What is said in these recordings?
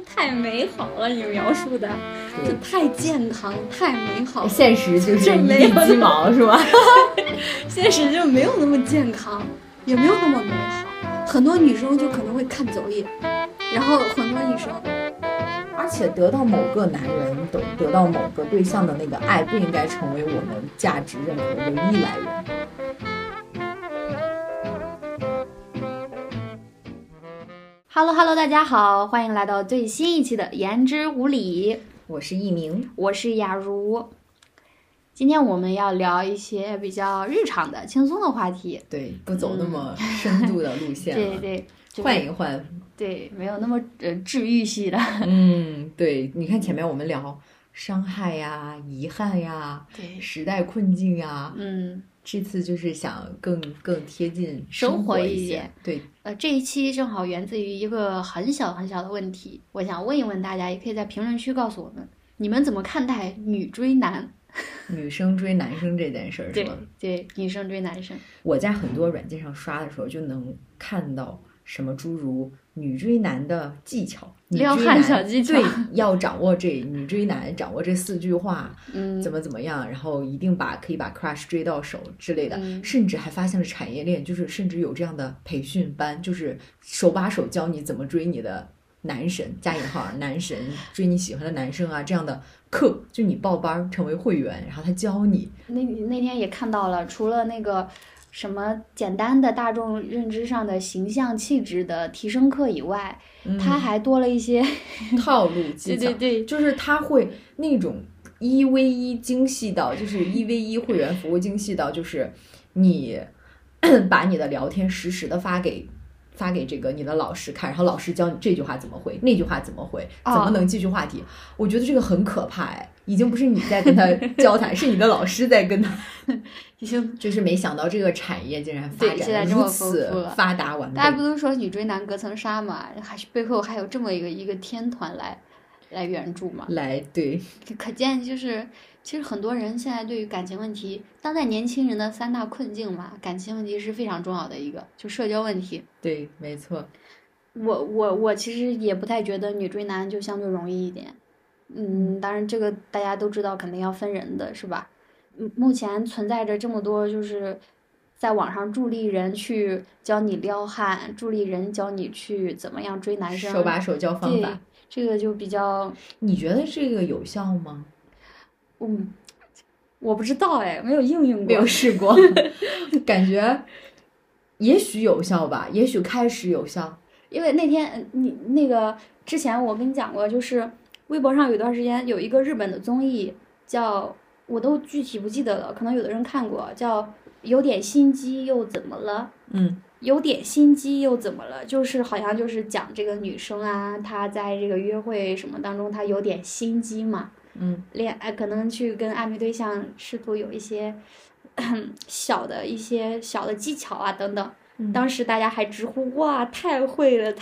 太美好了，你描述的就太健康太美好了， 现实就是一地鸡毛是吧？ 现实就没有那么健康，也没有那么美好，很多女生就可能会看走眼，然后很多女生而且得到某个男人得到某个对象的那个爱不应该成为我们价值认可的唯一来源。 Hello， 大家好，欢迎来到最新一期的言之无理。 我是一鸣， 我是雅茹。今天我们要聊一些比较日常的、轻松的话题。 对，不走那么深度的路线了。 对， 换一换。 对，没有那么治愈系的。 对，你看前面我们聊伤害呀、遗憾呀、 对， 时代困境呀，这次就是想更贴近生活一点。 对， 这一期正好源自于一个很小的问题，我想问一问大家，也可以在评论区告诉我们，你们怎么看待女追男？ 女生追男生这件事儿是吧？ 对，女生追男生。 我在很多软件上刷的时候，就能看到什么诸如女追男的技巧， 撩汉小技巧， 对，要掌握女追男掌握这4句话，怎么样，然后一定可以把 crush 追到手之类的，甚至还发现了产业链，就是甚至有这样的培训班，就是手把手教你怎么追你的男神加引号男神，追你喜欢的男生啊，这样的课，就你报班成为会员，然后他教你。 那天也看到了，除了那个什么简单的大众认知上的形象气质的提升课以外，他还多了一些套路技巧。 对， 就是他会那种1v1精细到，就是1v1会员服务精细到，就是你把你的聊天实时的发给这个你的老师看，然后老师教你这句话怎么回，那句话怎么回，怎么能继续话题。我觉得这个很可怕已经不是你在跟他交谈，是你的老师在跟他已经就是没想到这个产业竟然发展如此发达完备。 大家不都说女追男隔层纱嘛，还是背后还有这么一个天团来援助嘛？ 对， 可见就是其实很多人现在对于感情问题，当代年轻人的3大困境嘛，感情问题是非常重要的一个，就社交问题。 对，没错。 我其实也不太觉得女追男就相对容易一点。当然这个大家都知道，肯定要分人的是吧？目前存在着这么多就是在网上助力人去教你撩汉，助力人教你去怎么样追男生， 手把手教方法， 这个就比较。 你觉得这个有效吗？ 我不知道没有应用过， 没有试过感觉也许有效吧，也许开始有效。 因为那天你那个之前我跟你讲过，就是微博上有一段时间有一个日本的综艺叫，我都具体不记得了，可能有的人看过，叫有点心机又怎么了。有点心机又怎么了，就是好像就是讲这个女生啊，她在这个约会什么当中她有点心机嘛，可能去跟暧昧对象试图有一些小的技巧啊等等。当时大家还直呼哇太会了，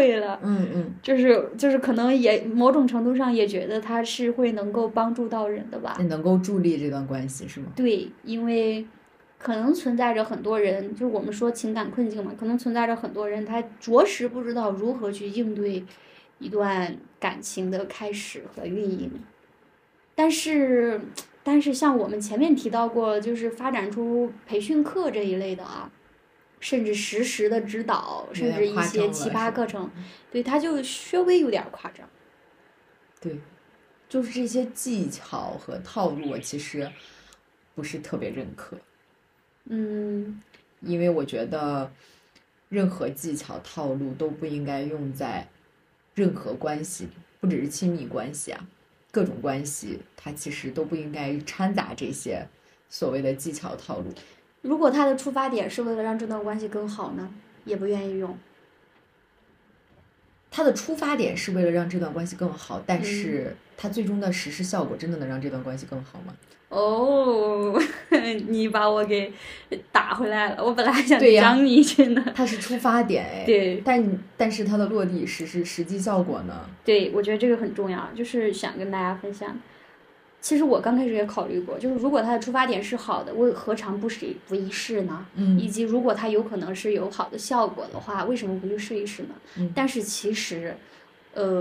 就是可能也某种程度上也觉得他是会能够帮助到人的吧， 能够助力这段关系是吗？ 对，因为可能存在着很多人，就是我们说情感困境嘛，可能存在着很多人他着实不知道如何去应对一段感情的开始和运营。但是像我们前面提到过，就是发展出培训课这一类的甚至实时的指导，甚至一些奇葩课程，对，它就稍微有点夸张。 对，就是这些技巧和套路我其实不是特别认可。因为我觉得任何技巧套路都不应该用在任何关系，不只是亲密关系各种关系它其实都不应该掺杂这些所谓的技巧套路。 如果他的出发点是为了让这段关系更好呢，也不愿意用。 他的出发点是为了让这段关系更好，但是他最终的实施效果真的能让这段关系更好吗？ 你把我给打回来了，我本来还想讲你去呢。 他是出发点对， 但是他的落地实际效果呢？ 对，我觉得这个很重要，就是想跟大家分享。其实我刚开始也考虑过，就是如果他的出发点是好的，我何尝不一试呢？以及如果他有可能是有好的效果的话，为什么不去试一试呢？但是其实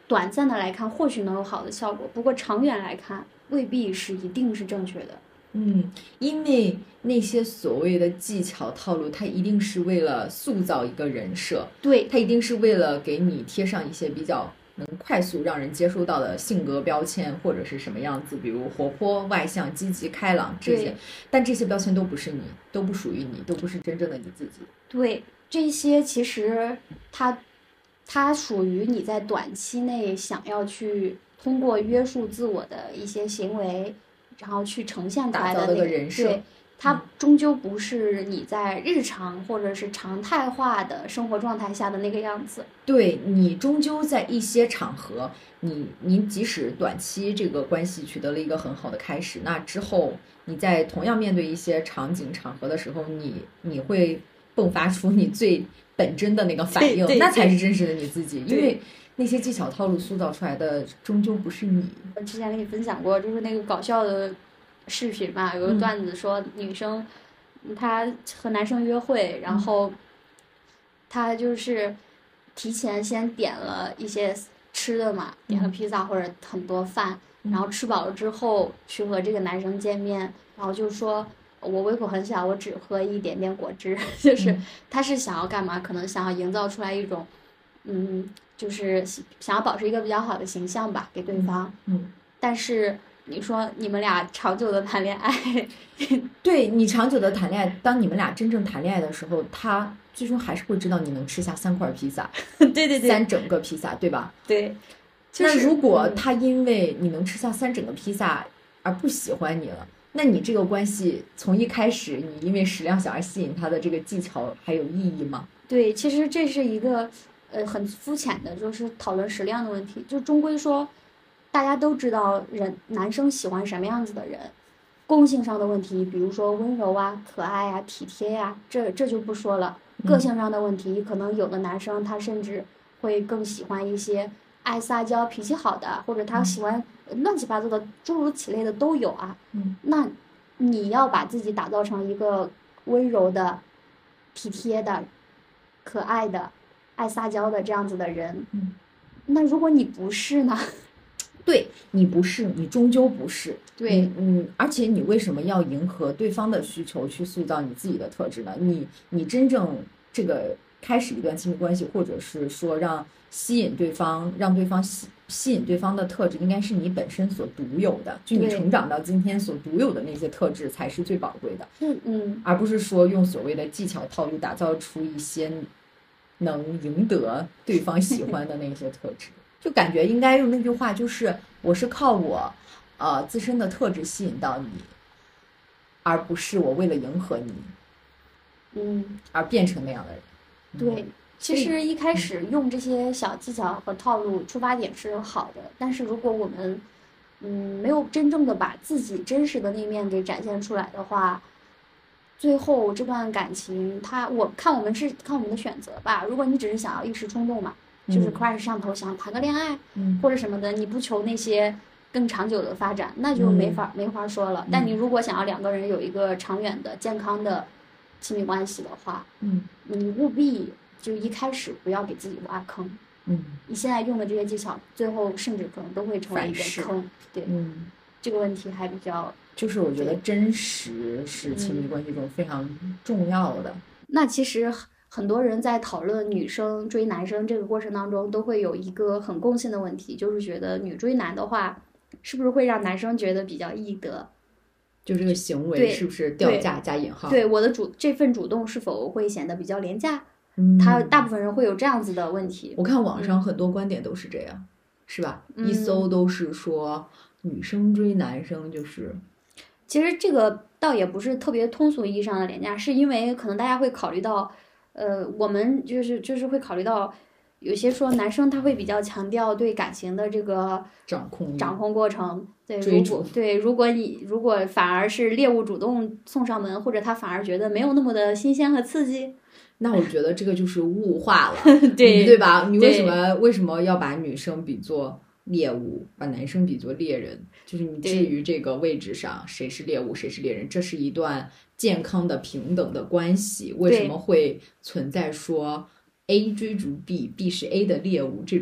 短暂的来看或许能有好的效果，不过长远来看未必是一定是正确的。 因为那些所谓的技巧套路，它一定是为了塑造一个人设， 对， 它一定是为了给你贴上一些比较能快速让人接收到的性格标签，或者是什么样子，比如活泼、外向、积极、开朗这些。但这些标签都不是你，都不属于你，都不是真正的你自己。 对，这些其实它属于你在短期内想要去通过约束自我的一些行为，然后去呈现出来的那个人设。 对，它终究不是你在日常或者是常态化的生活状态下的那个样子。 对，你终究在一些场合，你即使短期这个关系取得了一个很好的开始，那之后你在同样面对一些场景场合的时候，你会迸发出你最本真的那个反应，那才是真实的你自己。因为那些技巧套路塑造出来的终究不是你。 我之前跟你分享过，就是那个搞笑的视频嘛，有个段子说女生她和男生约会，然后她就是提前先点了一些吃的嘛，点了披萨或者很多饭，然后吃饱了之后去和这个男生见面，然后就说我胃口很小，我只喝一点点果汁，就是他是想要干嘛？可能想要营造出来一种就是想要保持一个比较好的形象吧，给对方。但是你说你们俩长久的谈恋爱， 对，你长久的谈恋爱，当你们俩真正谈恋爱的时候，他最终还是会知道你能吃下3块披萨， 对 3整个披萨，对吧？ 对。 那如果他因为你能吃下3整个披萨而不喜欢你了，那你这个关系从一开始你因为食量小而吸引他的这个技巧还有意义吗？ 对，其实这是一个很肤浅的，就是讨论食量的问题。就终归说，大家都知道男生喜欢什么样子的人，共性上的问题，比如说温柔啊、可爱啊、体贴呀，这就不说了。个性上的问题，可能有的男生他甚至会更喜欢一些爱撒娇、脾气好的，或者他喜欢乱七八糟的，诸如此类的都有啊。那你要把自己打造成一个温柔的、体贴的、可爱的、爱撒娇的这样子的人，那如果你不是呢？ 对，你不是，你终究不是。 对， 而且你为什么要迎合对方的需求去塑造你自己的特质呢？你真正这个开始一段亲密关系，或者是说让对方吸引对方的特质，应该是你本身所独有的，就你成长到今天所独有的那些特质才是最宝贵的。而不是说用所谓的技巧套路打造出一些能赢得对方喜欢的那些特质。就感觉应该用那句话，就是我是靠我自身的特质吸引到你，而不是我为了迎合你而变成那样的人。 对，其实一开始用这些小技巧和套路出发点是好的，但是如果我们没有真正的把自己真实的那面给展现出来的话，最后这段感情我看我们的选择吧。如果你只是想要一时冲动嘛，就是 crush 上头想谈个恋爱或者什么的，你不求那些更长久的发展，那就没法说了。但你如果想要2个人有一个长远的健康的亲密关系的话，你务必就一开始不要给自己挖坑。你现在用的这些技巧，最后甚至可能都会成为一个坑。对，这个问题还比较， 就是我觉得真实是亲密关系中非常重要的。 那其实很多人在讨论女生追男生这个过程当中，都会有一个很共性的问题，就是觉得女追男的话，是不是会让男生觉得比较易得？ 就这个行为是不是掉价加引号？ 对，我的这份主动是否会显得比较廉价？他大部分人会有这样子的问题。 我看网上很多观点都是这样，是吧？一搜都是说女生追男生就是。 其实这个倒也不是特别通俗意义上的廉价，是因为可能大家会考虑到。我们就是会考虑到，有些说男生他会比较强调对感情的这个掌控过程，对，如果反而是猎物主动送上门，或者他反而觉得没有那么的新鲜和刺激， 那我觉得这个就是物化了， 对吧？你为什么要把女生比作猎物，把男生比作猎人？就是你至于这个位置上，谁是猎物，谁是猎人，这是一段健康的平等的关系，为什么会存在说 A 追逐 B，B 是 A 的猎物这种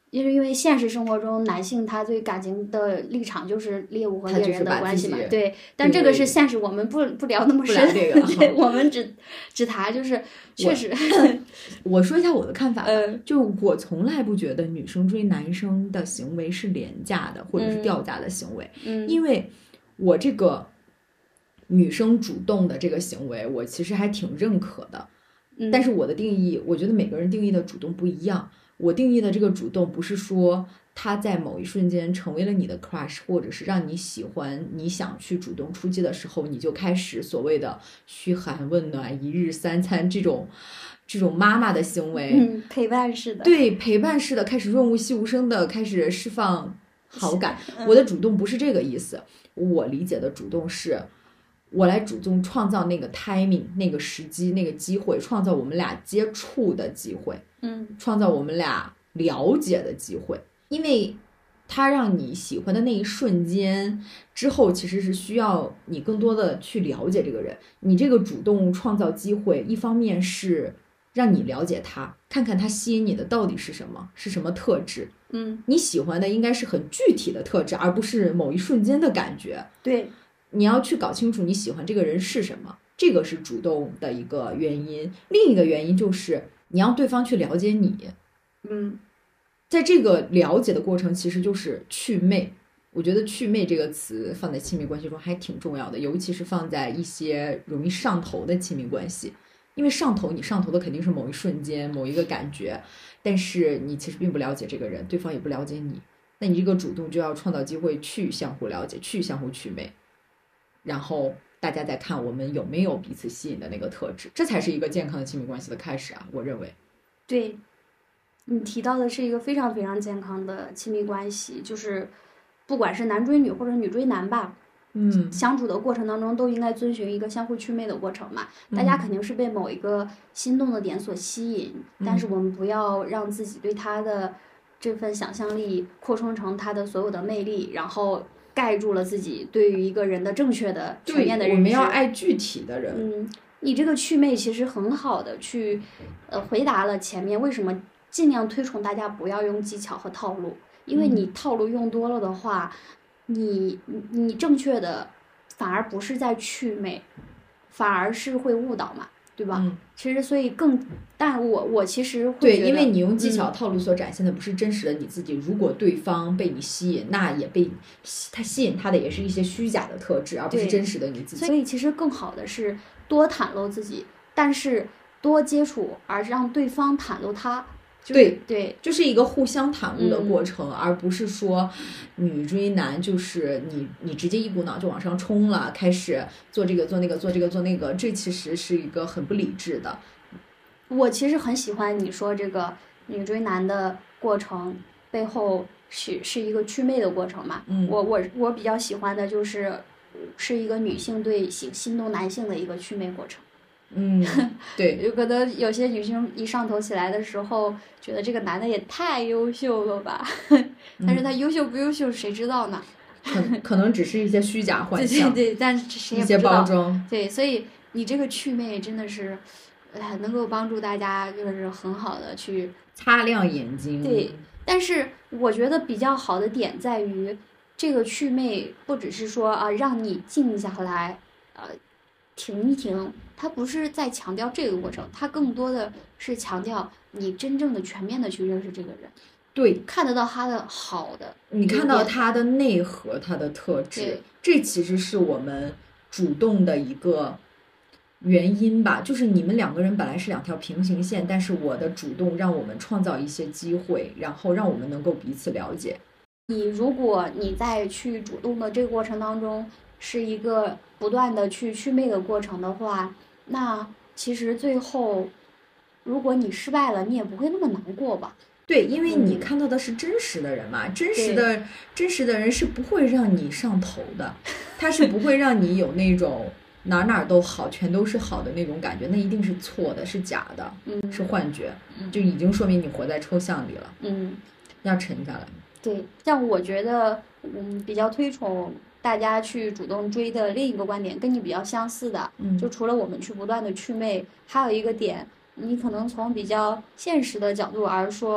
因为现实生活中男性他对感情的立场就是猎物和猎人的关系嘛，对。但这个是现实，我们不聊那么深， 这个对，我们只谈就是确实。 我说一下我的看法，就我从来不觉得女生追男生的行为是廉价的或者是掉价的行为，因为我这个女生主动的这个行为，我其实还挺认可的。但是我的定义，我觉得每个人定义的主动不一样。我定义的这个主动，不是说他在某一瞬间成为了你的 crush， 或者是让你喜欢，你想去主动出击的时候，你就开始所谓的嘘寒问暖、一日三餐这种妈妈的行为， 陪伴式的， 对，陪伴式的开始润物细无声的开始释放好感。我的主动不是这个意思，我理解的主动是我来主动创造那个 timing， 那个时机，那个机会，创造我们俩接触的机会，创造我们俩了解的机会。因为他让你喜欢的那一瞬间之后，其实是需要你更多的去了解这个人。你这个主动创造机会，一方面是让你了解他，看看他吸引你的到底是什么，是什么特质。你喜欢的应该是很具体的特质，而不是某一瞬间的感觉。 对， 你要去搞清楚你喜欢这个人是什么，这个是主动的一个原因。另一个原因就是你让对方去了解你。在这个了解的过程，其实就是祛魅。我觉得祛魅这个词放在亲密关系中还挺重要的，尤其是放在一些容易上头的亲密关系。因为你上头的肯定是某一瞬间某一个感觉，但是你其实并不了解这个人，对方也不了解你，那你这个主动就要创造机会去相互了解，去相互祛魅，然后大家再看我们有没有彼此吸引的那个特质，这才是一个健康的亲密关系的开始啊，我认为。 对，你提到的是一个非常非常健康的亲密关系，就是不管是男追女或者女追男吧，相处的过程当中都应该遵循一个相互祛魅的过程嘛。大家肯定是被某一个心动的点所吸引，但是我们不要让自己对他的这份想象力扩充成他的所有的魅力，然后盖住了自己对于一个人的正确的全面的认知。 我们要爱具体的人。 你这个祛魅其实很好的去回答了前面为什么尽量推崇大家不要用技巧和套路，因为你套路用多了的话，你正确的反而不是在祛魅，反而是会误导嘛，对吧？其实所以但我其实会觉得， 对，因为你用技巧套路所展现的不是真实的你自己。如果对方被你吸引，那也被他吸引，他的也是一些虚假的特质，而不是真实的你自己。 所以其实更好的是多袒露自己，但是多接触，而让对方袒露他。对， 就是一个互相袒露的过程，而不是说女追男就是你直接一股脑就往上冲了，开始做这个做那个做这个做那个，这其实是一个很不理智的。 我其实很喜欢你说这个女追男的过程背后是一个祛魅的过程嘛。我比较喜欢的是一个女性对心动男性的一个祛魅过程。 对， 有可能有些女性一上头起来的时候，觉得这个男的也太优秀了吧，但是他优秀不优秀谁知道呢？ 可能只是一些虚假幻象， 对，但是谁也不知道。 一些包装。 对，所以你这个祛魅真的是，能够帮助大家就是很好的去擦亮眼睛。 对，但是我觉得比较好的点在于，这个祛魅不只是说让你静下来，停一停。他不是在强调这个过程，他更多的是强调你真正的全面的去认识这个人， 对， 看得到他的好的， 你看到他的内核，他的特质，这其实是我们主动的一个原因吧。就是你们两个人本来是两条平行线，但是我的主动让我们创造一些机会，然后让我们能够彼此了解。 如果你在去主动的这个过程当中是一个不断的去祛魅的过程的话，那其实最后如果你失败了，你也不会那么难过吧。 对，因为你看到的是真实的人嘛，真实的人是不会让你上头的，他是不会让你有那种哪都好全都是好的那种感觉，那一定是错的，是假的，是幻觉，就已经说明你活在抽象里了。要沉下来。 对，像我觉得比较推崇大家去主动追的另一个观点跟你比较相似的，就除了我们去不断的祛魅，还有一个点，你可能从比较现实的角度而说，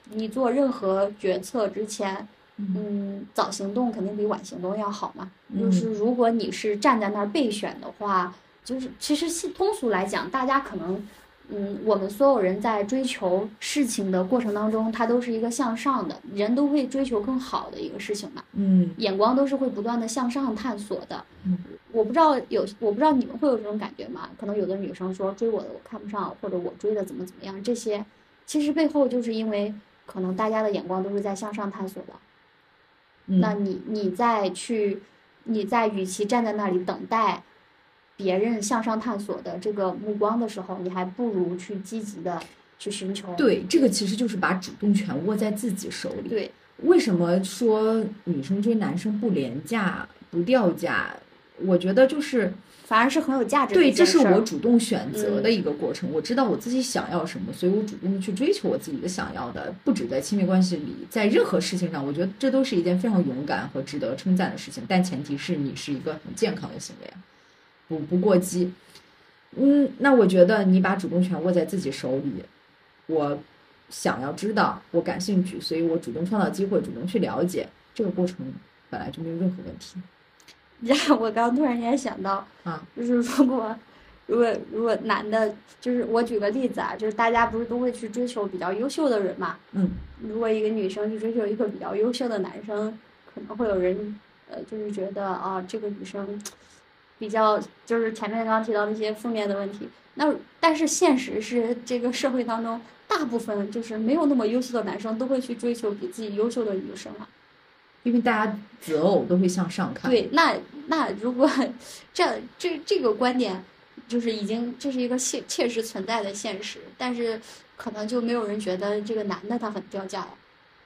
你做任何决策之前，早行动肯定比晚行动要好嘛。就是如果你是站在那儿备选的话，就是其实通俗来讲，大家可能。我们所有人在追求事情的过程当中，它都是一个向上的，人都会追求更好的一个事情嘛。眼光都是会不断的向上探索的。我不知道你们会有这种感觉吗？可能有的女生说追我的我看不上，或者我追的怎么样，这些其实背后就是因为可能大家的眼光都是在向上探索的。那你在与其站在那里等待别人向上探索的这个目光的时候，你还不如去积极的去寻求。 对，这个其实就是把主动权握在自己手里。 对， 为什么说女生追男生不廉价不掉价？我觉得就是反而是很有价值的一件事。 对，这是我主动选择的一个过程。我知道我自己想要什么，所以我主动的去追求我自己的想要的。不止在亲密关系里，在任何事情上，我觉得这都是一件非常勇敢和值得称赞的事情。但前提是你是一个很健康的行为啊。不过激。那我觉得你把主动权握在自己手里，我想要知道，我感兴趣，所以我主动创造机会，主动去了解，这个过程本来就没有任何问题。 我刚突然间想到就是如果男的，就是我举个例子啊，就是大家不是都会去追求比较优秀的人嘛？如果一个女生去追求一个比较优秀的男生，可能会有人就是觉得啊，这个女生比较就是前面刚刚提到那些负面的问题。但是现实是这个社会当中大部分就是没有那么优秀的男生都会去追求比自己优秀的女生啊。 因为大家择偶都会向上看。 对，那如果这个观点就是这是一个切实存在的现实，但是可能就没有人觉得这个男的他很掉价了。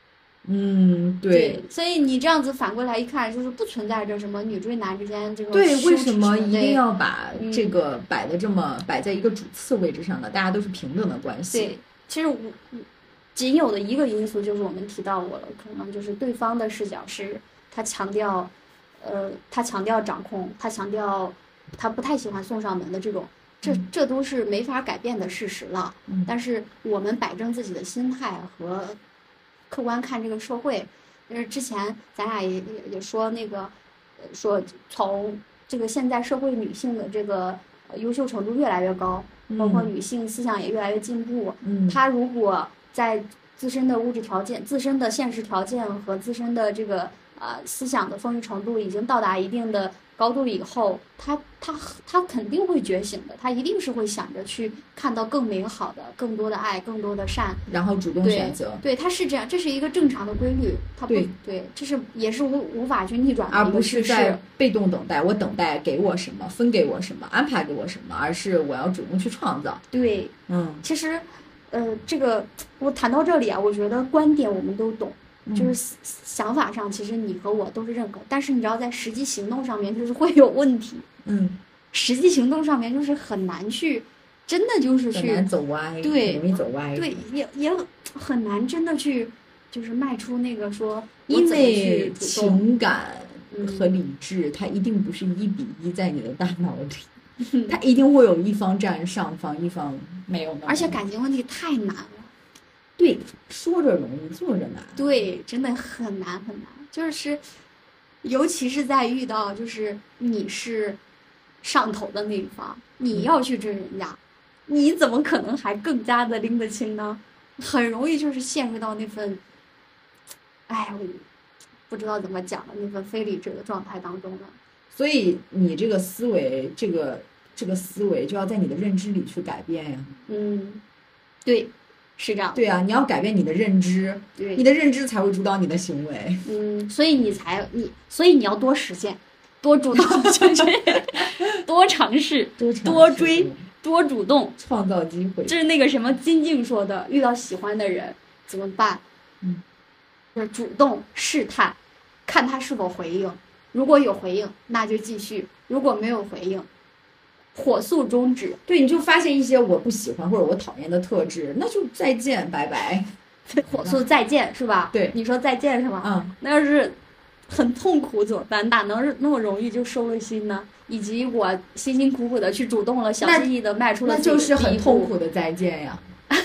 对， 所以你这样子反过来一看，就是不存在着什么女追男之间这种对，为什么一定要把这个摆在一个主次位置上呢？大家都是平等的关系。 对，其实仅有的一个因素就是我们提到过了，可能就是对方的视角是他强调掌控，他强调他不太喜欢送上门的这种，这都是没法改变的事实了。但是我们摆正自己的心态和客观看这个社会，就是之前咱俩也说那个说从这个现在社会女性的这个优秀程度越来越高，包括女性思想也越来越进步。她如果在自身的物质条件、自身的现实条件和自身的这个思想的丰裕程度已经到达一定的高度以后，他肯定会觉醒的，他一定是会想着去看到更美好的、更多的爱、更多的善， 然后主动选择。 对，他是这样，这是一个正常的规律。他不对，这是也是无法去逆转的而不是在被动等待，我等待给我什么，分给我什么，安排给我什么，而是我要主动去创造。 对，其实，这个我谈到这里啊，我觉得观点我们都懂。就是想法上其实你和我都是认可，但是你知道在实际行动上面就是会有问题。实际行动上面就是很难去，真的就是去很难走歪， 对， 容易走歪。 对，也很难真的去就是迈出那个说， 因为情感和理智它一定不是1:1在你的大脑里，它一定会有一方占上方，一方没有。 而且感情问题太难了。 对，说着容易做着难。 对，真的很难很难，就是尤其是在遇到就是你是上头的那一方，你要去追人家，你怎么可能还更加的拎得清呢？很容易就是陷入到那份我不知道怎么讲的那份非理智的状态当中了。 所以你这个思维，这个思维就要在你的认知里去改变呀。 对，是这样。 对啊，你要改变你的认知， 对， 你的认知才会主导你的行为。 所以你要多实现，多主动，多尝试，多追，多主动， 创造机会。 这是那个什么金靖说的，遇到喜欢的人怎么办？就是主动试探，看他是否回应。如果有回应，那就继续；如果没有回应，火速终止。 对，你就发现一些我不喜欢或者我讨厌的特质，那就再见，拜拜。 火速再见是吧？ 对， 你说再见是吗？那要是很痛苦怎么办？哪能那么容易就收了心呢？以及我辛辛苦苦的去主动了，小心翼翼的迈出了那就是很痛苦的再见呀。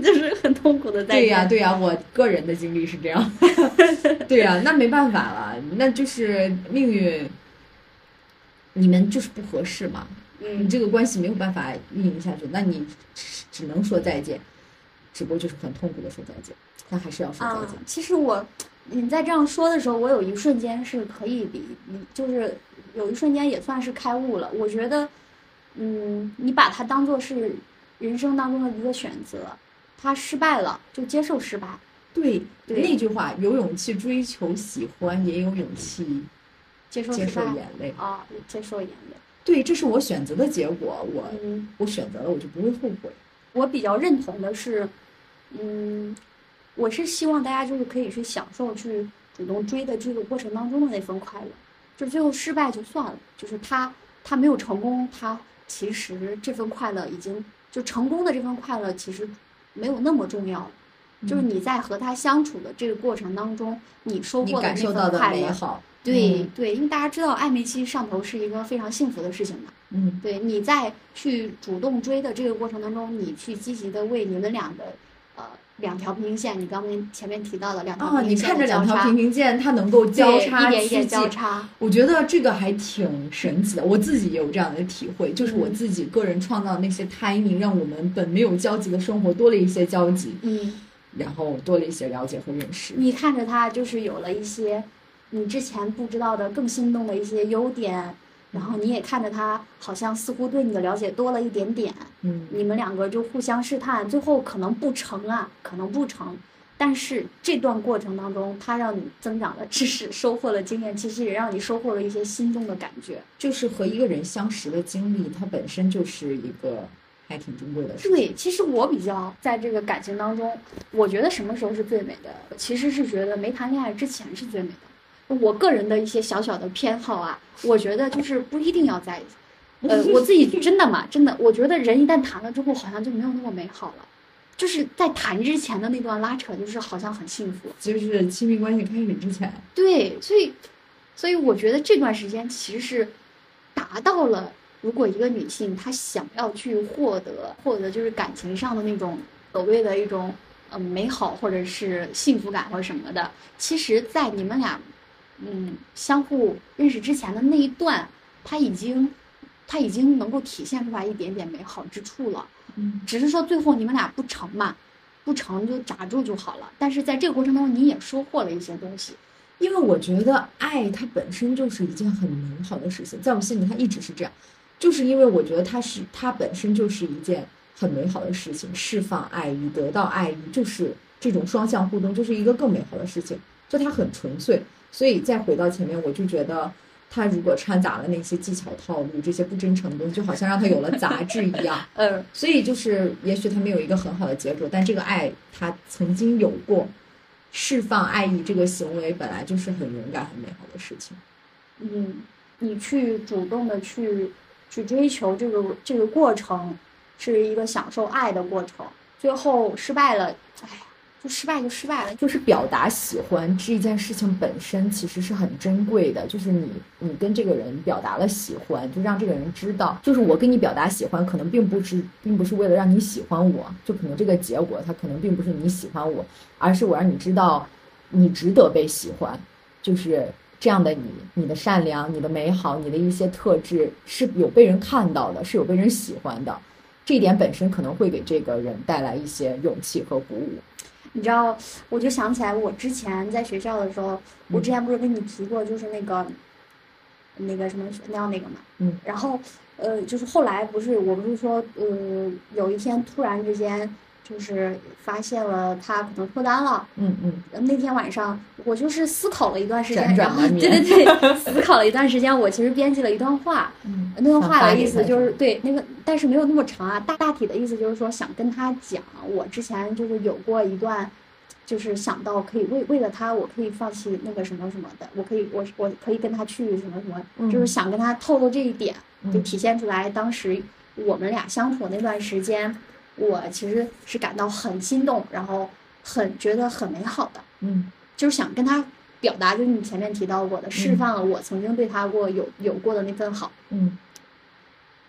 就是很痛苦的再见。 对呀，对呀，我个人的经历是这样。对呀，那没办法了，那就是命运，你们就是不合适嘛。你这个关系没有办法运营下去，那你只能说再见，只不过就是很痛苦的说再见，但还是要说再见。 其实你在这样说的时候，我有一瞬间是可以就是有一瞬间也算是开悟了。我觉得，你把它当做是人生当中的一个选择，他失败了就接受失败。 对，那句话，有勇气追求喜欢，也有勇气接受眼泪啊，接受眼泪。 对，这是我选择的结果，我选择了，我就不会后悔。 我比较认同的是，我是希望大家就是可以去享受去主动追的这个过程当中的那份快乐，就最后失败就算了，就是他没有成功，他其实这份快乐已经就成功的这份快乐其实没有那么重要了。就是你在和他相处的这个过程当中，你收获的那份快乐，对，因为大家知道暧昧期上头是一个非常幸福的事情嘛。对，你在去主动追的这个过程当中，你去积极的为你们俩的两条平行线，你刚才前面提到的两条平行线， 你看着两条平行线它能够交叉， 一点一点交叉， 我觉得这个还挺神奇的。我自己也有这样的体会，就是我自己个人创造那些 timing，让我们本没有交集的生活多了一些交集。然后多了一些了解和认识。 你看着他就是有了一些你之前不知道的更心动的一些优点，然后你也看着他好像似乎对你的了解多了一点点。你们两个就互相试探，最后可能不成，但是这段过程当中他让你增长了知识，收获了经验，其实也让你收获了一些心动的感觉。 就是和一个人相识的经历，它本身就是一个还挺珍贵的事情。 对，其实我比较在这个感情当中，我觉得什么时候是最美的，其实是觉得没谈恋爱之前是最美的。我个人的一些小小的偏好啊，我觉得就是不一定要在一起。我自己真的嘛，真的，我觉得人一旦谈了之后，好像就没有那么美好了。就是在谈之前的那段拉扯，就是好像很幸福， 就是亲密关系开始之前。 对，所以我觉得这段时间其实是达到了。如果一个女性她想要去获得就是感情上的那种所谓的一种美好或者是幸福感或者什么的，其实在你们俩相互认识之前的那一段，她已经能够体现出来一点点美好之处了。只是说最后你们俩不成嘛，不成就闸住就好了。但是在这个过程中你也收获了一些东西。 因为我觉得爱它本身就是一件很美好的事情，在我心里它一直是这样。就是因为我觉得它本身就是一件很美好的事情，释放爱意，得到爱意，就是这种双向互动，就是一个更美好的事情，就它很纯粹。所以再回到前面，我就觉得它如果掺杂了那些技巧套路，这些不真诚的东西，就好像让它有了杂质一样。所以就是也许它没有一个很好的结果，但这个爱它曾经有过，释放爱意这个行为本来就是很勇敢很美好的事情。 你去主动的去追求这个过程是一个享受爱的过程，最后失败了，哎呀，就失败了。 就是表达喜欢这件事情本身其实是很珍贵的，就是你跟这个人表达了喜欢，就让这个人知道，就是我跟你表达喜欢可能并不是为了让你喜欢我，就可能这个结果它可能并不是你喜欢我，而是我让你知道你值得被喜欢，就是这样的你的善良，你的美好，你的一些特质是有被人看到的，是有被人喜欢的，这一点本身可能会给这个人带来一些勇气和鼓舞。 你知道，我就想起来我之前在学校的时候，我之前不是跟你提过，就是那个什么那个嘛，然后就是后来不是说有一天突然之间就是发现了他可能脱单了。那天晚上我就是思考了一段时间，然后对，思考了一段时间，我其实编辑了一段话。那段话的意思就是对那个，但是没有那么长啊。大体的意思就是说，想跟他讲，我之前就是有过一段，就是想到可以为了他，我可以放弃那个什么什么的，我可以跟他去什么什么，就是想跟他透露这一点，就体现出来当时我们俩相处那段时间。我其实是感到很心动，然后觉得很美好的，就是想跟他表达，就是你前面提到过的，释放了我曾经对他有过的那份好。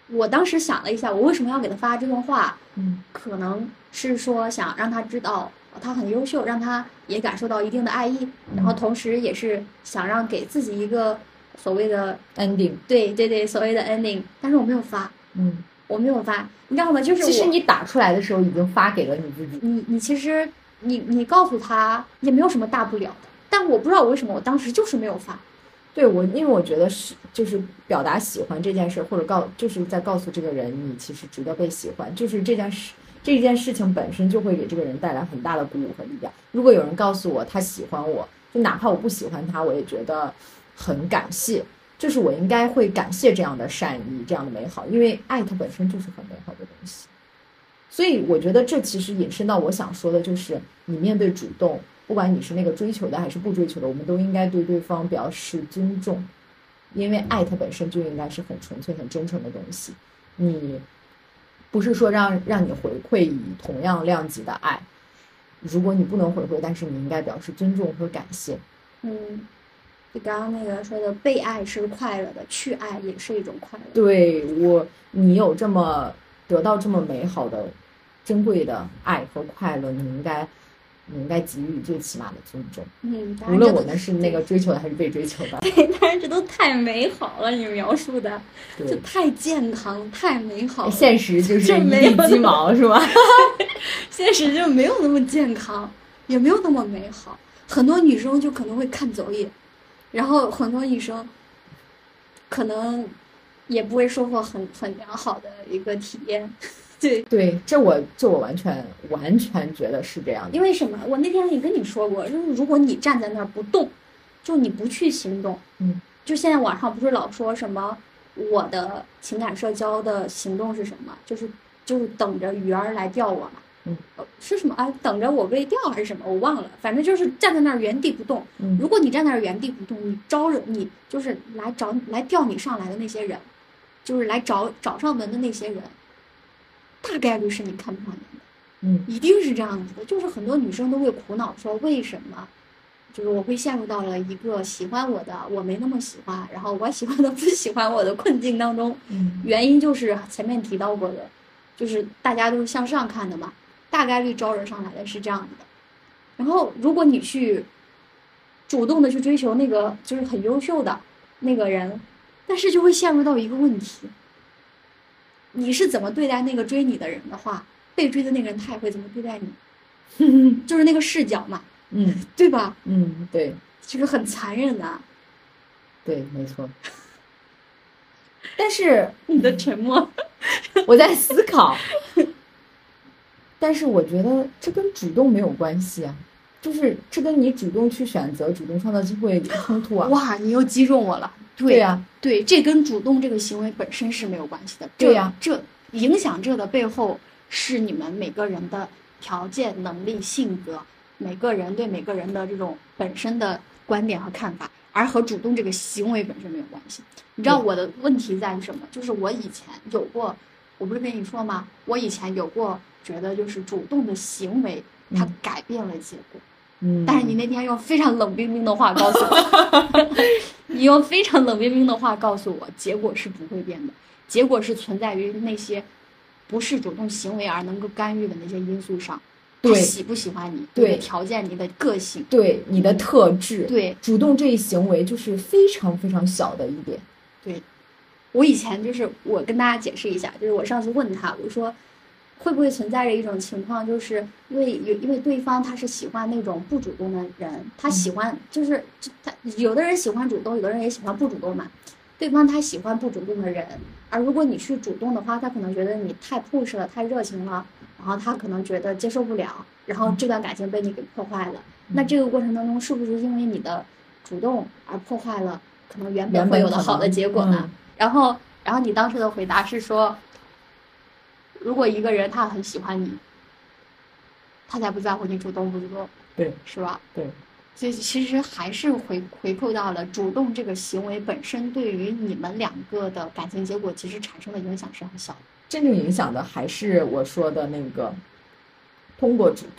我当时想了一下，我为什么要给他发这段话？ 嗯可能是说想让他知道他很优秀，让他也感受到一定的爱意，然后同时也是想让给自己一个所谓的 ，ending， 对对对，所谓的 ending。但是我没有发，我没有发，你知道吗？就是其实你打出来的时候已经发给了你自己。 你其实你告诉他也没有什么大不了的，但我不知道为什么我当时就是没有发。 对因为我觉得就是表达喜欢这件事，或者就是在告诉这个人你其实值得被喜欢，就是这件事情本身就会给这个人带来很大的鼓舞和力量。如果有人告诉我他喜欢我，就哪怕我不喜欢他，我也觉得很感谢，就是我应该会感谢这样的善意，这样的美好，因为爱它本身就是很美好的东西。所以我觉得这其实引申到我想说的，就是你面对主动，不管你是那个追求的还是不追求的，我们都应该对对方表示尊重，因为爱它本身就应该是很纯粹很真诚的东西。你不是说让你回馈以同样量级的爱，如果你不能回馈，但是你应该表示尊重和感谢。 就刚刚那个说的，被爱是快乐的，去爱也是一种快乐。 对，你有这么得到这么美好的珍贵的爱和快乐，你应该给予最起码的尊重。无论我们是那个追求的还是被追求的。 对，但是这都太美好了，你描述的就太健康太美好了。 现实就是一地鸡毛是吧？ 现实就没有那么健康，也没有那么美好。很多女生就可能会看走眼，然后很多女生可能也不会收获很良好的一个体验。对， 这我完全觉得是这样的。 因为什么？我那天也跟你说过，就是如果你站在那儿不动，就你不去行动，就现在网上不是老说什么我的情感社交的行动是什么？就是等着鱼儿来钓我嘛。是什么啊？等着我被钓还是什么？我忘了。反正就是站在那儿原地不动。如果你站在那儿原地不动，你招惹你就是来钓你上来的那些人，就是来找上门的那些人。大概率是你看不上眼的，一定是这样子的。就是很多女生都会苦恼说，为什么就是我会陷入到了一个喜欢我的我没那么喜欢，然后我喜欢的不喜欢我的困境当中。原因就是前面提到过的，就是大家都是向上看的嘛，大概率招惹上来的是这样子的。然后如果你去主动的去追求那个就是很优秀的那个人，但是就会陷入到一个问题，你是怎么对待那个追你的人的话，被追的那个人他也会怎么对待你。就是那个视角嘛，对吧？ 对， 这个很残忍的。 对，没错。但是你的沉默， 我在思考。但是我觉得这跟主动没有关系啊，就是这跟你主动去选择、主动创造机会有冲突啊。 哇，你又击中我了。 对呀， 对，这跟主动这个行为本身是没有关系的。 对呀， 这影响这的背后是你们每个人的条件、能力、性格，每个人对每个人的这种本身的观点和看法，而和主动这个行为本身没有关系。你知道我的问题在于什么？就是我以前有过，我不是跟你说吗？我以前有过觉得就是主动的行为它改变了结果。但是你那天用非常冷冰冰的话告诉我，你用非常冷冰冰的话告诉我，结果是不会变的，结果是存在于那些不是主动行为而能够干预的那些因素上。他喜不喜欢你， 对， 你的条件、你的个性， 对，你的特质， 对， 主动这一行为就是非常非常小的一点。 对，我以前就是我跟大家解释一下，就是我上次问他，我说会不会存在着一种情况，就是因为对方他是喜欢那种不主动的人，他喜欢就是他有的人喜欢主动，有的人也喜欢不主动嘛。对方他喜欢不主动的人，而如果你去主动的话，他可能觉得你太 push 了，太热情了，然后他可能觉得接受不了，然后这段感情被你给破坏了。那这个过程当中，是不是因为你的主动而破坏了可能原本会有的好的结果呢？然后你当时的回答是说，如果一个人他很喜欢你，他才不在乎你主动不主动， 对， 是吧？ 对， 所以其实还是回扣到了主动这个行为本身对于你们两个的感情结果其实产生的影响是很小的。 真正影响的还是我说的那个，通过主动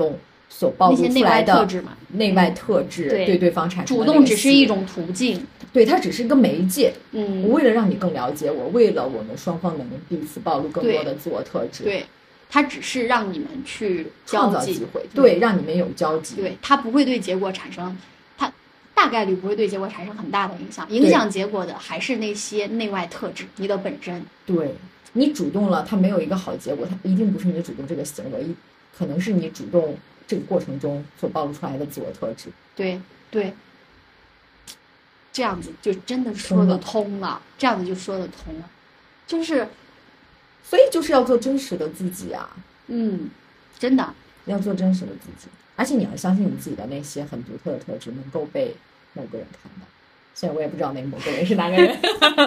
所暴露出来的内外特质对对方产生的主动只是一种途径， 对，它只是一个媒介。 我为了让你更了解我，为了我们双方能彼此暴露更多的自我特质， 对，它只是让你们去创造机会，对，让你们有交集， 对，它不会对结果产生，它大概率不会对结果产生很大的影响，影响结果的还是那些内外特质，你的本身。 对，你主动了，它没有一个好结果，它一定不是你主动这个行为，可能是你主动这个过程中所暴露出来的自我特质。 对对，这样子就真的说得通了，这样子就说得通了，就是， 所以就是要做真实的自己啊。 真的要做真实的自己，而且你要相信你自己的那些很独特的特质能够被某个人看到。虽然我也不知道那个某个人是哪个人，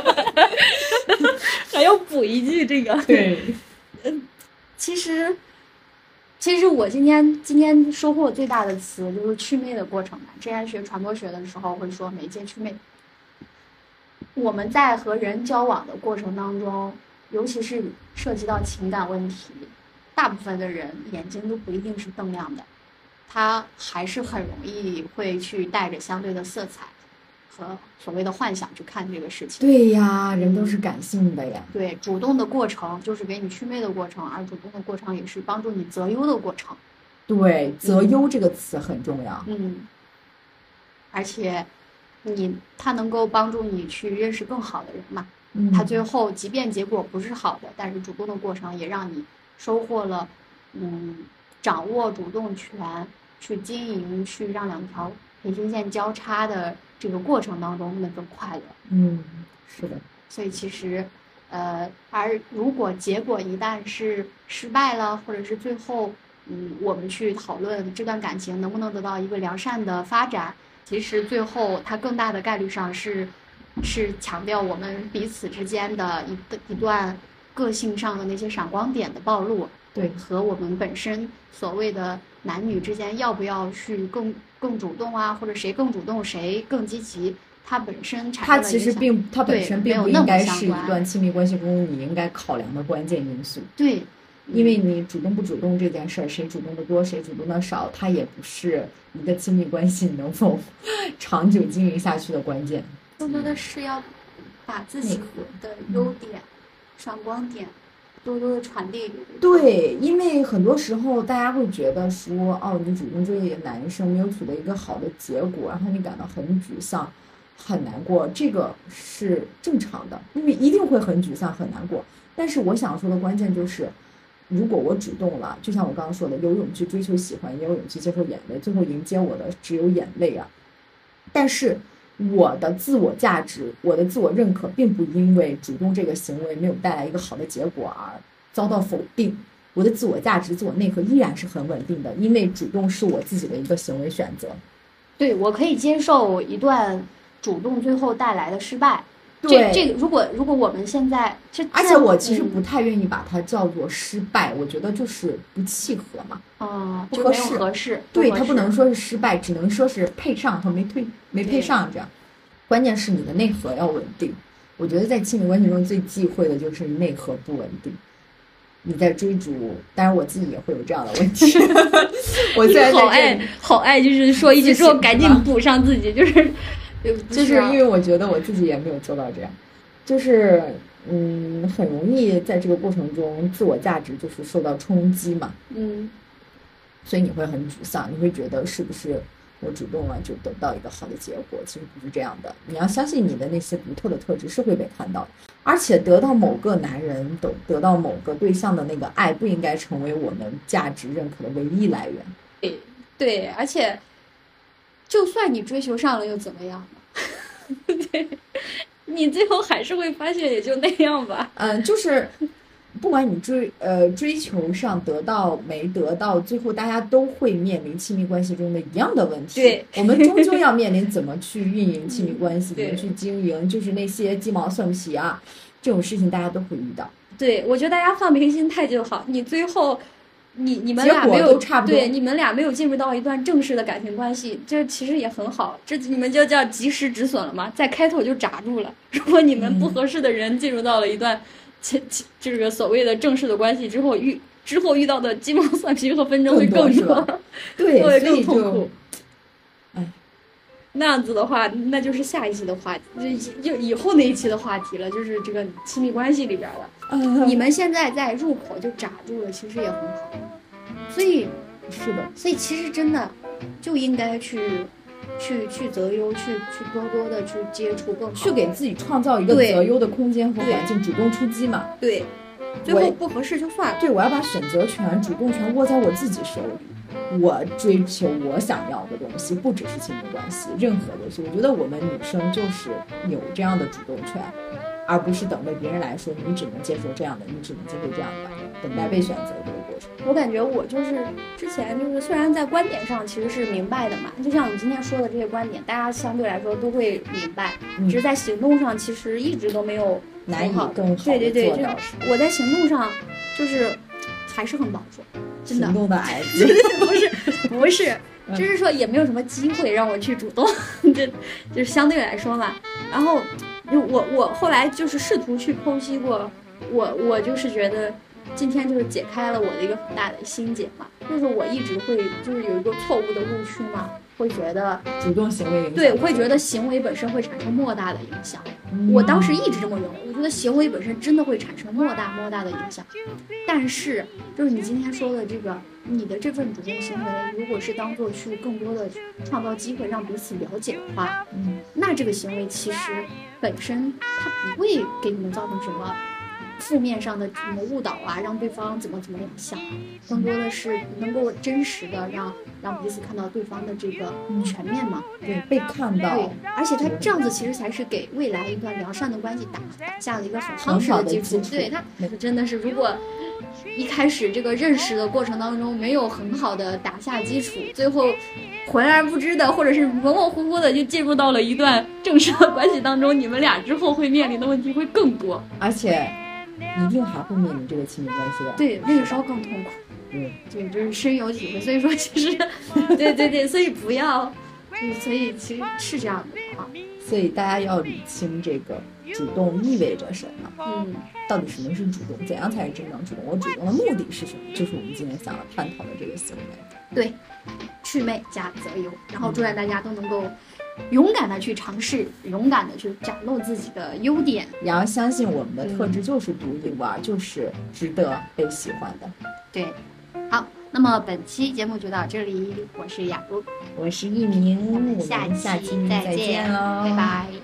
还要补一句这个。 对， 其实我今天收获最大的词就是祛魅的过程吧。之前学传播学的时候会说媒介祛魅。我们在和人交往的过程当中，尤其是涉及到情感问题，大部分的人眼睛都不一定是灯亮的，他还是很容易会去带着相对的色彩和所谓的幻想去看这个事情。 对呀，人都是感性的呀。 对，主动的过程就是给你祛魅的过程，而主动的过程也是帮助你择优的过程。 对，择优这个词很重要。 而且它能够帮助你去认识更好的人嘛。它最后即便结果不是好的，但是主动的过程也让你收获了掌握主动权，去经营，去让两条平行线交叉的这个过程当中那份快乐。 是的。 所以其实而如果结果一旦是失败了，或者是最后我们去讨论这段感情能不能得到一个良善的发展，其实最后它更大的概率上是强调我们彼此之间的一段个性上的那些闪光点的暴露， 对， 和我们本身所谓的男女之间要不要去更主动啊，或者谁更主动谁更积极，它本身它其实它本身并不应该是一段亲密关系中你应该考量的关键因素。 对， 因为你主动不主动这件事儿，谁主动的多谁主动的少，它也不是一个亲密关系能否长久经营下去的关键。 更多的是要把自己的优点、闪光点多多的传递给对，因为很多时候大家会觉得说，你主动追一个男生没有取得一个好的结果，然后你感到很沮丧、很难过，这个是正常的，因为一定会很沮丧、很难过。但是我想说的关键就是，如果我主动了，就像我刚刚说的，有勇气追求喜欢，也有勇气接受眼泪，最后迎接我的只有眼泪啊。但是我的自我价值，我的自我认可，并不因为主动这个行为没有带来一个好的结果而遭到否定。我的自我价值、自我内核依然是很稳定的，因为主动是我自己的一个行为选择。 对，我可以接受一段主动最后带来的失败。 对， 这个如果我们现在而且我其实不太愿意把它叫做失败，我觉得就是不契合嘛，不合适。对，它不能说是失败，只能说是配上和没配上这样。关键是你的内核要稳定。我觉得在亲密关系中最忌讳的就是内核不稳定。你在追逐，当然我自己也会有这样的问题。我虽然好爱，就是说一句之后赶紧补上自己，就是因为我觉得我自己也没有做到这样，就是很容易在这个过程中自我价值就是受到冲击嘛，所以你会很沮丧，你会觉得是不是我主动了就得到一个好的结果？其实不是这样的，你要相信你的那些独特的特质是会被看到的，而且得到某个男人得到某个对象的那个爱不应该成为我们价值认可的唯一来源。 对，而且就算你追求上了又怎么样呢？对，你最后还是会发现也就那样吧。 就是不管你追求上得到没得到，最后大家都会面临亲密关系中的一样的问题。 对， 我们终究要面临怎么去运营亲密关系，怎么去经营，就是那些鸡毛蒜皮啊，这种事情大家都会遇到。 对，我觉得大家放平心态就好。你最后你们俩没有差不多，对，你们俩没有进入到一段正式的感情关系，这其实也很好，这你们就叫及时止损了嘛，在开头就扎住了。如果你们不合适的人进入到了一段这个所谓的正式的关系之后， 之后遇到的鸡毛蒜皮和纷争会更多， 多对， 会所以更痛苦。 哎， 那样子的话，那就是下一期的话题，就以后那一期的话题了，就是这个亲密关系里边的。你们现在在入口就扎住了，其实也很好。所以是的， 所以其实真的就应该去择优，去多多的去接触更好， 去给自己创造一个择优的空间和环境，主动出击嘛。 对，最后不合适就算了。 对，我要把选择权、主动权握在我自己手里。我追求我想要的东西，不只是亲密关系，任何东西。我觉得我们女生就是有这样的主动权，而不是等着别人来说你只能接受这样的，你只能接受这样的，等待被选择这个过程。 我感觉我就是之前就是虽然在观点上其实是明白的嘛，就像你今天说的这些观点，大家相对来说都会明白，只是在行动上其实一直都没有难以更好的对， 做到。 我在行动上就是还是很保守，真的。 行动的矮子不是，就是说也没有什么机会让我去主动，就是相对来说嘛。然后我后来就是试图去剖析过，我就是觉得今天就是解开了我的一个很大的心结嘛，就是我一直会就是有一个错误的误区嘛，会觉得主动行为影响， 对，我会觉得行为本身会产生莫大的影响。我当时一直这么认为，我觉得行为本身真的会产生莫大的影响。但是就是你今天说的这个，你的这份主动行为，如果是当做去更多的创造机会让彼此了解的话，那这个行为其实本身它不会给你们造成什么负面上的什么误导啊，让对方怎么样想啊，更多的是能够真实的让彼此看到对方的这个全面嘛， 对，被看到， 对，而且他这样子其实才是给未来一段良善的关系打下了一个很夯实的基础。对，他真的是如果一开始这个认识的过程当中没有很好的打下基础，最后浑然不知的或者是模模糊糊的就进入到了一段正式的关系当中，你们俩之后会面临的问题会更多， 而且一定还会面临这个亲密关系的。 对，那个时候更痛苦。对，就是深有体会。所以说，其实，对，所以不要，所以其实是这样的啊。 所以大家要理清这个主动意味着什么。到底什么是主动？怎样才是真正主动？我主动的目的是什么？就是我们今天想要探讨的这个行为。 对，祛魅加择优，然后祝愿大家都能够勇敢的去尝试，勇敢的去展露自己的优点， 也要相信我们的特质就是独一无二，就是值得被喜欢的。 对，好，那么本期节目就到这里，我是雅茹， 我是一鸣， 我们下期再见喽， 拜拜。